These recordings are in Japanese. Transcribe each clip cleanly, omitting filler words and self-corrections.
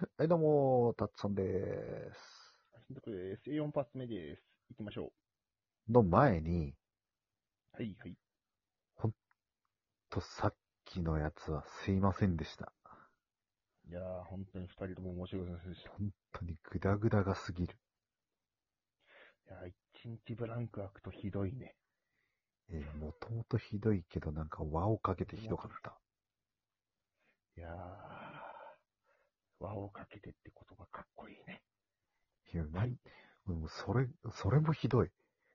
はい、どうも、たつさんでーす。 新宿です。4発目です。行きましょの前に、 う。はい、はい。 ほんとさっきのやつはすいませんでした。 いやー、本当に二人とも申し訳ございませんでした。 本当にグダグダがすぎる。 いやー、一日ブランク空くとひどいね。 もともとひどいけどなんか輪をかけてひどかった。 いやー、輪をかけてって言葉かっこいいね。 いや、 はい。 もうそれもひどい。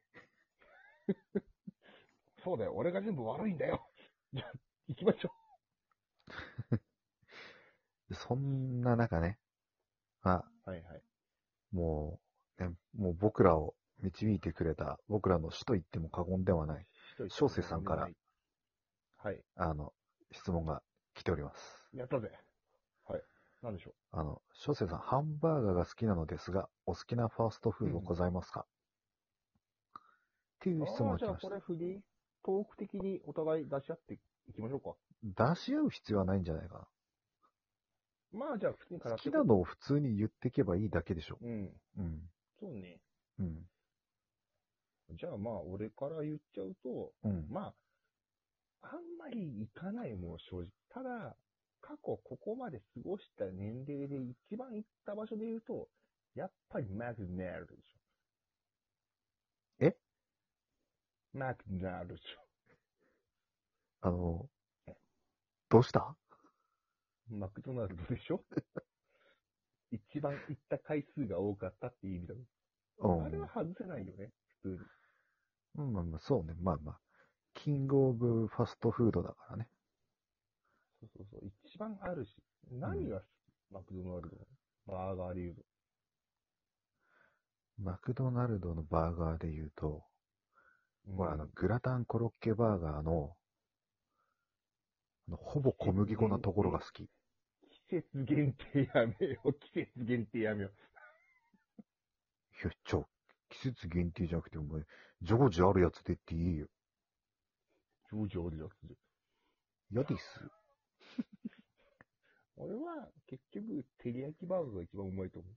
そうだよ、俺が全部悪いんだよ。じゃあ、行きましょそんな中ね、あ、 う。はい、はい。 もう僕らを導いてくれた、僕らの師と言っても過言ではない、小しといても生さんから、 過言ではない。はい。 質問が来ております。 やったぜ。はい。なんでしょ小生さん、ハンバーガーが好きなのですが、お好きなファーストフう。 ードございますかっていう質問あー、じゃあが来ました。 これトーク的にお互い出し合っていきましょうか。 出し合う必要はないんじゃないかまあ、じゃあ普通にな。好語っていこきなのを普通に言っていけばいいだけでしょ。 う。うん。 うん。 そうね。 うん。 じゃあまあ、俺から言っちゃうと、 うん。 まあ、あんまり行かないもん、正直。ただ、過去ここまで過ごした年齢で一番行った場所で言うと、やっぱりマクドナルドでしえょ。マクドナルドでしあの、 ょ。 どうしたマクドナルドでしょ。一番行った回数が多かったっていう意味だろ。 うん。 あれは外せないよね、普通に。 まあまあ、そうね。まあまあ。キングオブファストフードだからね。 そうそうそう。一番あるし。 うん。 何が好きマクドナルドのバーガーで言うと。 マクドナルドのバーガーで言うと、ほら、 うん。 グラタンコロッケバーガーの、ほぼ小季節麦粉なところが限定。 好き。 季節限定やめよう。季節限定やめよいや、季節限定じゃなくて、お前、常時あるやつでっていいよ。 う。上々あるやつで。 嫌です。 俺は、結局、照り焼きバーガーが一番うまいと思う。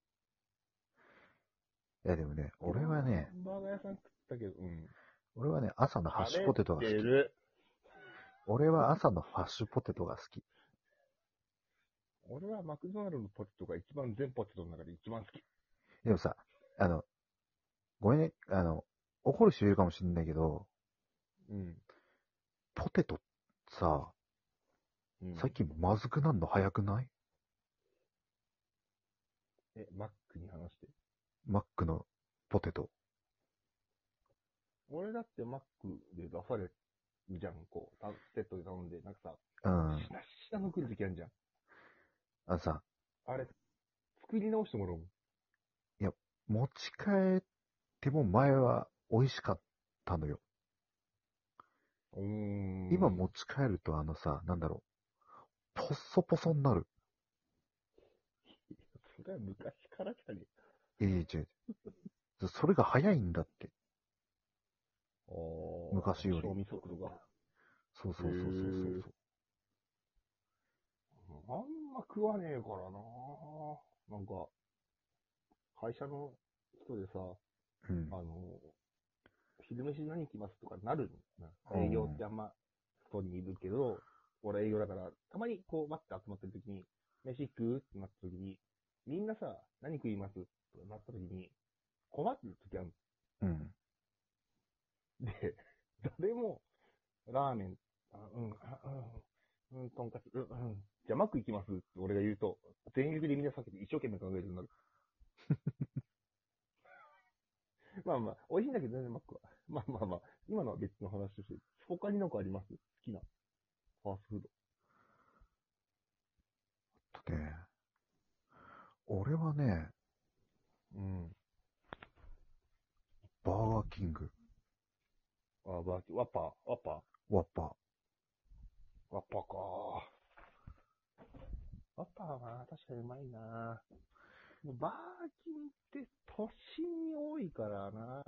いや、でもね、 いろんなハンバーガー屋さん食ったけど、うん。 俺はね、朝のハッシュポ食べテトが好き。 てる。 俺は朝のハッシュポテトが好き。 俺はマクドナルドのポテトが一番全ポテトの中で一番好き。 でもさ、あの、ごめんね、怒る人いるかもしれないけど、 うん。 ポテトさ、 うん。 最近まずくなるの早くないマックに話して。 マックのポテト。 俺だってマックで出されるじゃん、こう、セットで頼んで、なんかさ、 うん。 しなしなの来るときあるじゃん。 あのさ、 あれ、作り直してもらおう。 いや、持ち帰っても前は美味しかったのよ。 うーん。 今持ち帰るとなんだろう、ポッソポソになる。 それは昔からじゃね違う。それが早いんだって。 え。ああ、 昔より。 賞味速度が。 そうへそうそうそうそうえ。 そう。 あんま食わねえからな。なんか、会社の人でさ、 うん。 あの、昼飯何行きますとかなるの。営業っうん。 てあんま外にいるけど、俺営業だから、たまにこう、待って集まってる時に、飯食うってなった時に、みんなさ、何食いますとかなった時に、困ってる時あるうん。 の。で、誰も、ラーメン、とんかつ、じゃあマック行きますって俺が言うと、全力でみんな避けて一生懸命考えるようになる。まあまあ、美味しいんだけど全然マックは。まあまあまあ、今のは別の話として、他になんかあります好きなファーストフード。 ね、俺はね、 うん。 バーガーキング、 バーキー、 ワッパワッパか。ワッパは確かにうまいな。バーキンって都心に多いからな。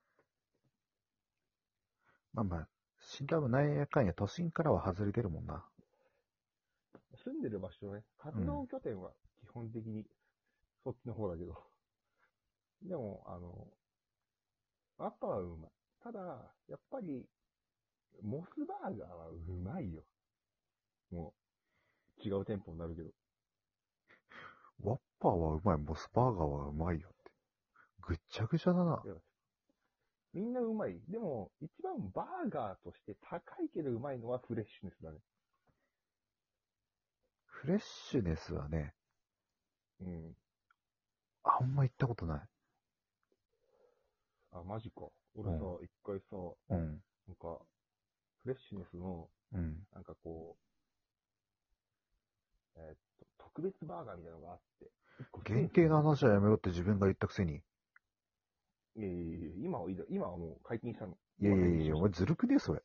まあまあ、多分なんやかんや都心からは外れてるもんな。 住んでる場所ね、活うん。 動拠点は基本的にそっちの方だけど。でも、ワッパはうまい。ただ、やっぱり、モスバーガーはうまいよ。もう、違う店舗になるけど。 ワッパーはうまい、モスバーガーはうまいよって。ぐっちゃぐちゃだな。 みんなうまい。でも、一番バーガーとして高いけどうまいのはフレッシュネスだね。 フレッシュネスはね、 うん。 あんま行ったことない。 あ、マジか。俺さ、一回さ、 うん。 なんか、フレッシュネスの、 うん。 なんかこう、特別バーガーみたいなのがあって、一個限定の話はやめろって自分が言ったくせに。 いやいやいや、今はもう解禁したの。 いやいやいや、 今解禁しましお前ずるくねそれ。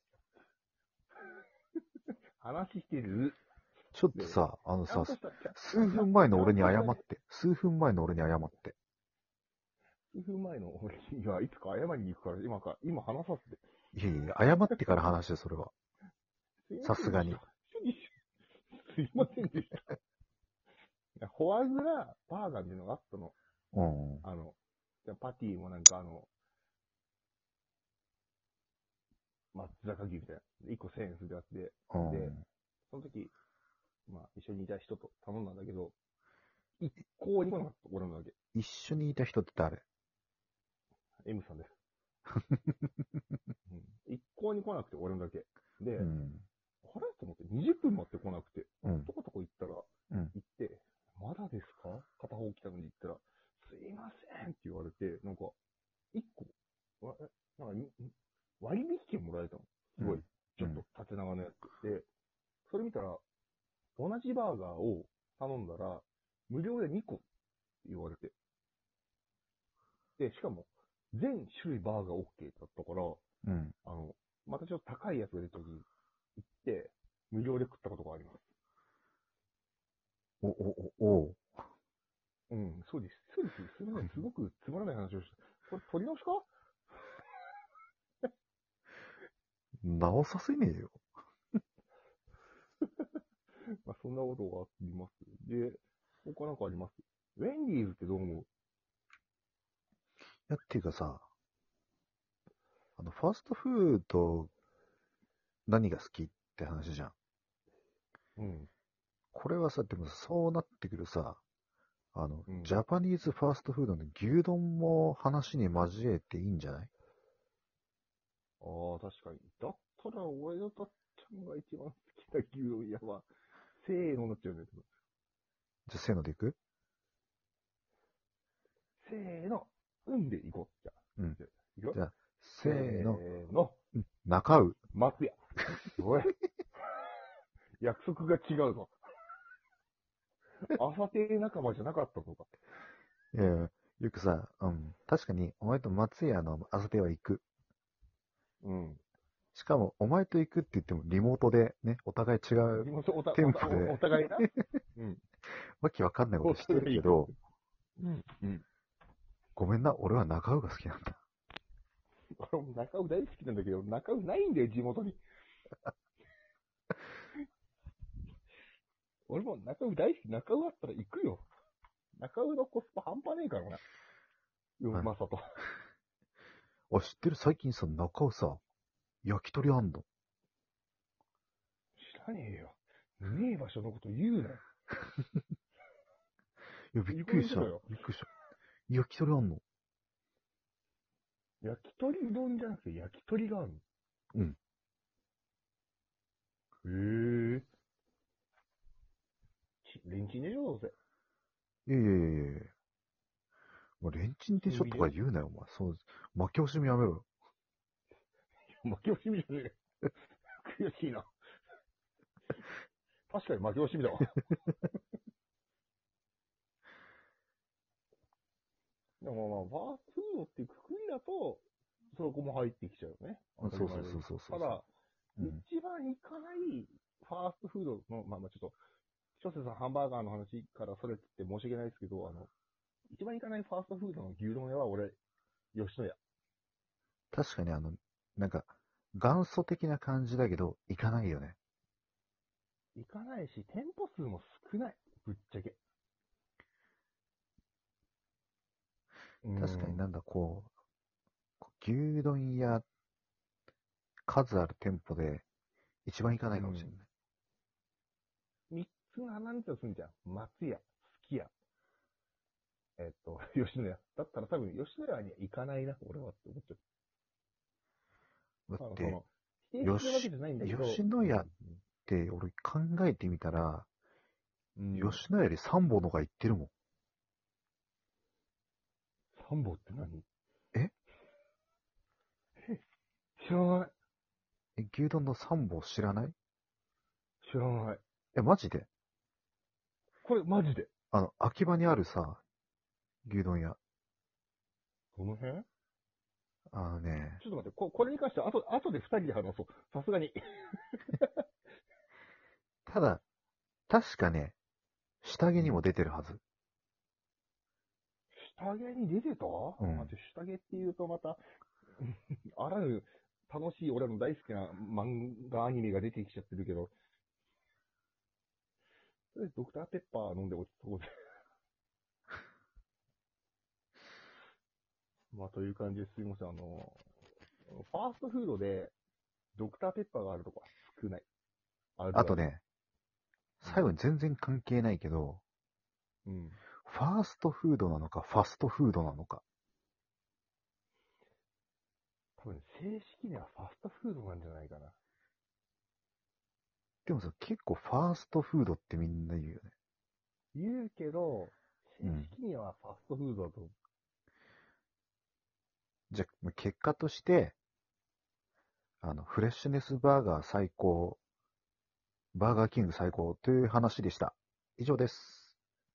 た。話してる。 ちょっとさ、 ちゃんとした、 数分前の俺に謝って。数分前の俺に謝って。 数分前の俺には、いつか謝りに行くから、今話させて。 いやいや、謝ってから話して、それは。さすがに。 すいませんでした。フォアグラバーガーみたいなのがあったの。 うん。 パティもなんか松坂牛みたいな。1個1000円するやつで。 うん。 で、その時、まあ、一緒にいた人と頼んだんだけど、一向に来なかった、俺のだけ。 一緒にいた人って誰？ M さんです。うん、一向に来なくて、俺のだけ。で、 うん。 あれと思って、20分待って来なくて、 うん。 とことこ行ったら、 うん。 行って、まだですか片方来たのに行ったら、すいませんって言われて、なんか、一個、なんか割引券もらえたの。すごい、ちょっと縦長のやつ。で、それ見たら、同じバーガーを頼んだら、無料で2個って言われて。で、しかも、全種類バーガー OK だったから、 うん。 またちょっと高いやつが出た時に行って、無料で食ったことがあります。 お。 うん、そうです。そうです。すみません。すごくつまらない話をした。これ、取り直しか直させねえよ。 まあ、そんなことがあります。で、他なんかあります？ウェンディーズってどう思う？ いや、っていうかさ、ファーストフード、何が好きって話じゃん。 うん。 これはさ、でもそうなってくるさ、 うん。 ジャパニーズファーストフードの牛丼も話に交えていいんじゃない？ ああ、確かに。だったら、俺のたっちゃんが一番好きな牛丼屋は、せーのになっちゃうんだけど。 じゃあ、せーのでいく？ せーの、うんで行こう。じゃあ。 うん。 いくよ。 じゃあ、 せせーの。 ーの、 中尾。 松屋。おい。約束が違うぞ。朝亭仲間じゃなかったのか。 いやいや、よくさ、確かに、お前と松屋の朝手は行く。 うん。 しかも、お前と行くって言っても、リモートでね、お互い違う店舗で、 お互いな。うん。 わけわかんないことしてるけど、 うん。うん。 ごめんな、俺は中尾が好きなんだ。 俺も中尾大好きなんだけど、中尾ないんだよ、地元に。俺も中尾大好き。中尾あったら行くよ。中尾のコスパ半端ねえからな。うまさと。 あ、知ってる？最近さ、中尾さ、焼き鳥あんの。 知らねえよ。ねえ場所のこと言うなよ。 いや、びっくりした。びっくりした。焼き鳥あんの。 焼き鳥うどんじゃなくて焼き鳥があるの？ うん。 へえ。レンチンでしょ、どうせ。 いやいやいやいや。もうレンチンでしょとか言うなよ、お前。そう、負け惜しみやめろよ。 負け惜しみじゃねえ。悔しいな。確かに負け惜しみだわ。でもまあ、ファーストフードっていうくくりだと、そこも入ってきちゃうよね。 そうそうそう。 ただ、 うん、 一番行かないファーストフードの、まあちょっと、諸瀬さんハンバーガーの話からそれって申し訳ないですけど、一番行かないファーストフードの牛丼屋は俺、吉野家。 確かになんか、元祖的な感じだけど、行かないよね。 行かないし、店舗数も少ない。ぶっちゃけ。 確かになんだ、牛丼屋、数ある店舗で一番行かないかもしれない。 三つ並んでたとすんじゃん。松屋、すき家、吉野家。だったら多分、吉野家には行かないな、俺はって思っちゃう。 だって、 否定してるわけじゃないんだけど。 吉野家って俺考えてみたら、 うん。 吉野家より三本の方が行ってるもん。 三本って何？ え知らない。 牛丼の三本知らない？ 知らない。 マジで？ これマジで。 秋葉にあるさ、牛丼屋。 どの辺？ あのね、 ちょっと待って、これに関しては後で二人で話そう。さすがに。 ただ、確かね、下着にも出てるはず。 下着に出てた？ うん待って、下着って言うとまた、あらぬ楽しい俺の大好きな漫画アニメが出てきちゃってるけど、とりあえずドクターペッパー飲んで落ちそうで。まあ、という感じですいません。ファーストフードでドクターペッパーがあるとこは少ない。 あとね、最後に全然関係ないけど、 うん。 ファーストフードなのか、ファストフードなのか。 多分、正式にはファストフードなんじゃないかな。 でもさ、結構ファーストフードってみんな言うよね。 言うけど、正式にはファストフードだと思う。 じゃあ、結果として、フレッシュネスバーガー最高、バーガーキング最高という話でした。以上です。